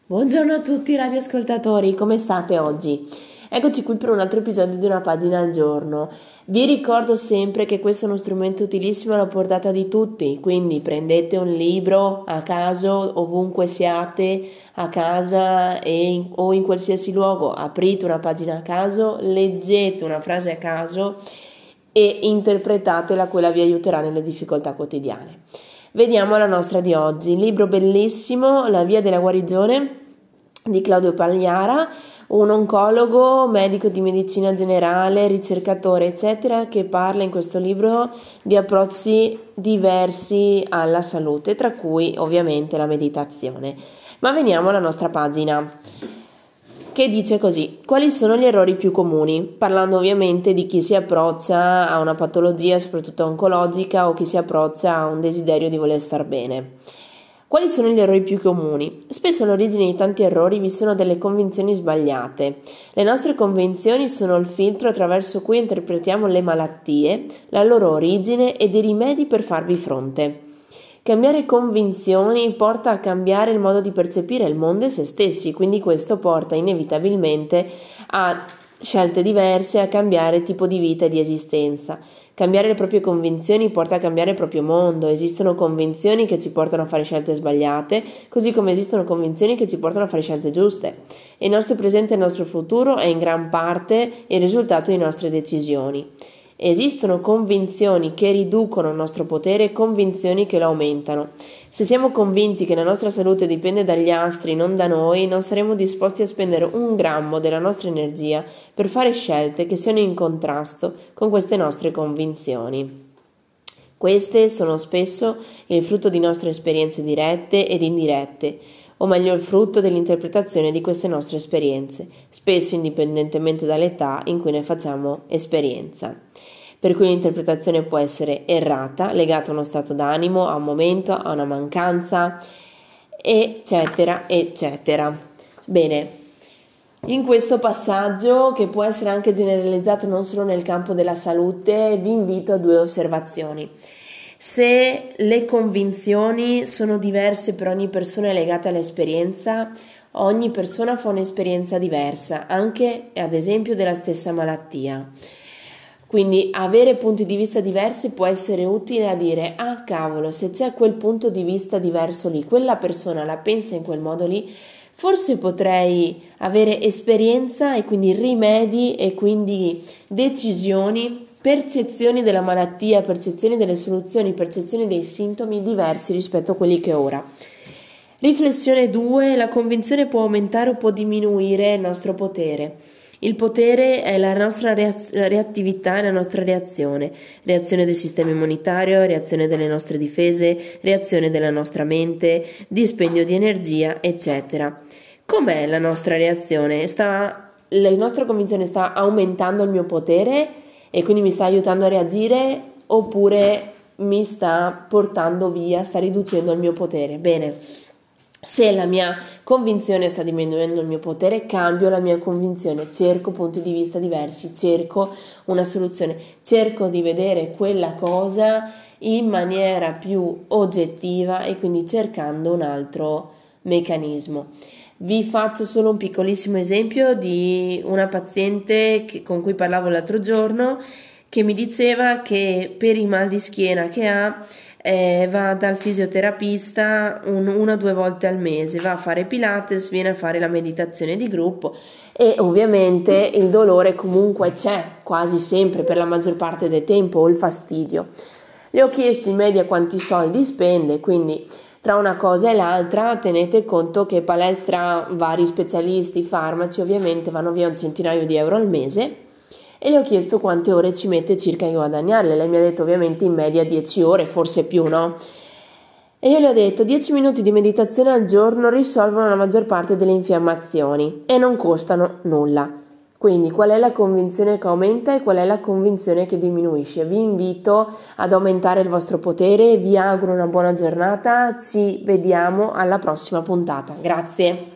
Buongiorno a tutti radioascoltatori, come state oggi? Eccoci qui per un altro episodio di Una pagina al giorno. Vi ricordo sempre che questo è uno strumento utilissimo alla portata di tutti, quindi prendete un libro a caso, ovunque siate, a casa o in qualsiasi luogo, aprite una pagina a caso, leggete una frase a caso e interpretatela, quella vi aiuterà nelle difficoltà quotidiane. Vediamo la nostra di oggi, libro bellissimo, La via della guarigione di Claudio Pagliara, un oncologo, medico di medicina generale, ricercatore, eccetera, che parla in questo libro di approcci diversi alla salute, tra cui ovviamente la meditazione. Ma veniamo alla nostra pagina, che dice così: quali sono gli errori più comuni? Parlando ovviamente di chi si approccia a una patologia, soprattutto oncologica, o chi si approccia a un desiderio di voler star bene. Quali sono gli errori più comuni? Spesso all'origine di tanti errori vi sono delle convinzioni sbagliate. Le nostre convinzioni sono il filtro attraverso cui interpretiamo le malattie, la loro origine e dei rimedi per farvi fronte. Cambiare convinzioni porta a cambiare il modo di percepire il mondo e se stessi, quindi questo porta inevitabilmente a scelte diverse, a cambiare tipo di vita e di esistenza. Cambiare le proprie convinzioni porta a cambiare il proprio mondo. Esistono convinzioni che ci portano a fare scelte sbagliate, così come esistono convinzioni che ci portano a fare scelte giuste. E il nostro presente e il nostro futuro è in gran parte il risultato di nostre decisioni. Esistono convinzioni che riducono il nostro potere e convinzioni che lo aumentano. Se siamo convinti che la nostra salute dipende dagli astri, non da noi, non saremo disposti a spendere un grammo della nostra energia per fare scelte che siano in contrasto con queste nostre convinzioni. Queste sono spesso il frutto di nostre esperienze dirette ed indirette, o meglio il frutto dell'interpretazione di queste nostre esperienze, spesso indipendentemente dall'età in cui ne facciamo esperienza. Per cui l'interpretazione può essere errata, legata a uno stato d'animo, a un momento, a una mancanza, eccetera, eccetera. Bene, in questo passaggio, che può essere anche generalizzato non solo nel campo della salute, vi invito a due osservazioni. Se le convinzioni sono diverse per ogni persona legate all'esperienza, ogni persona fa un'esperienza diversa, anche ad esempio della stessa malattia. Quindi avere punti di vista diversi può essere utile a dire: ah cavolo, se c'è quel punto di vista diverso lì, quella persona la pensa in quel modo lì, forse potrei avere esperienza e quindi rimedi e quindi decisioni, percezioni della malattia, percezioni delle soluzioni, percezioni dei sintomi diversi rispetto a quelli che ho ora. Riflessione 2. La convinzione può aumentare o può diminuire il nostro potere. Il potere è la nostra reattività e la nostra reazione del sistema immunitario, reazione delle nostre difese, reazione della nostra mente, dispendio di energia, eccetera. Com'è la nostra reazione? La nostra convinzione sta aumentando il mio potere e quindi mi sta aiutando a reagire, oppure mi sta portando via, sta riducendo il mio potere? Bene. Se la mia convinzione sta diminuendo il mio potere, cambio la mia convinzione, cerco punti di vista diversi, cerco una soluzione, cerco di vedere quella cosa in maniera più oggettiva e quindi cercando un altro meccanismo. Vi faccio solo un piccolissimo esempio di una paziente con cui parlavo l'altro giorno, che mi diceva che per i mal di schiena che ha va dal fisioterapista una o due volte al mese, va a fare Pilates, viene a fare la meditazione di gruppo e ovviamente il dolore comunque c'è quasi sempre per la maggior parte del tempo, o il fastidio. Le ho chiesto in media quanti soldi spende, quindi tra una cosa e l'altra tenete conto che palestra, vari specialisti, farmaci ovviamente vanno via un centinaio di euro al mese. E le ho chiesto quante ore ci mette circa a guadagnarle. Lei mi ha detto ovviamente in media 10 ore, forse più, no? E io le ho detto 10 minuti di meditazione al giorno risolvono la maggior parte delle infiammazioni e non costano nulla. Quindi qual è la convinzione che aumenta e qual è la convinzione che diminuisce? Vi invito ad aumentare il vostro potere, vi auguro una buona giornata, ci vediamo alla prossima puntata. Grazie.